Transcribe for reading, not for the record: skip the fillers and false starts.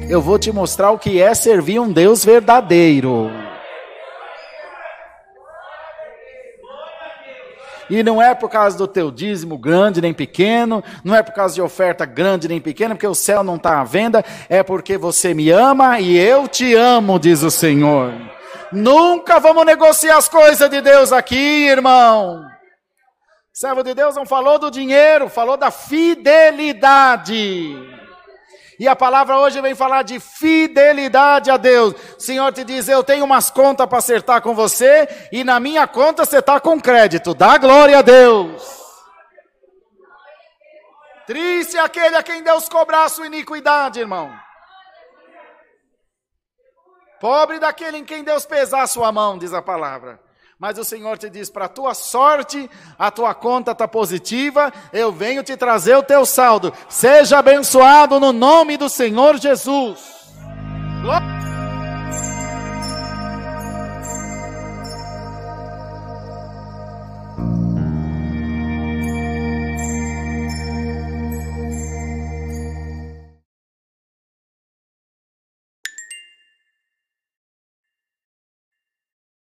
eu vou te mostrar o que é servir um Deus verdadeiro. E não é por causa do teu dízimo grande nem pequeno, não é por causa de oferta grande nem pequena, porque o céu não está à venda, é porque você me ama e eu te amo, diz o Senhor. Nunca vamos negociar as coisas de Deus aqui, irmão. Servo de Deus não falou do dinheiro, falou da fidelidade. E a palavra hoje vem falar de fidelidade a Deus. O Senhor te diz, eu tenho umas contas para acertar com você, e na minha conta você está com crédito. Dá glória a Deus. Triste é aquele a quem Deus cobrar a sua iniquidade, irmão. Pobre daquele em quem Deus pesar a sua mão, diz a palavra. Mas o Senhor te diz, para a tua sorte, a tua conta está positiva, eu venho te trazer o teu saldo. Seja abençoado no nome do Senhor Jesus.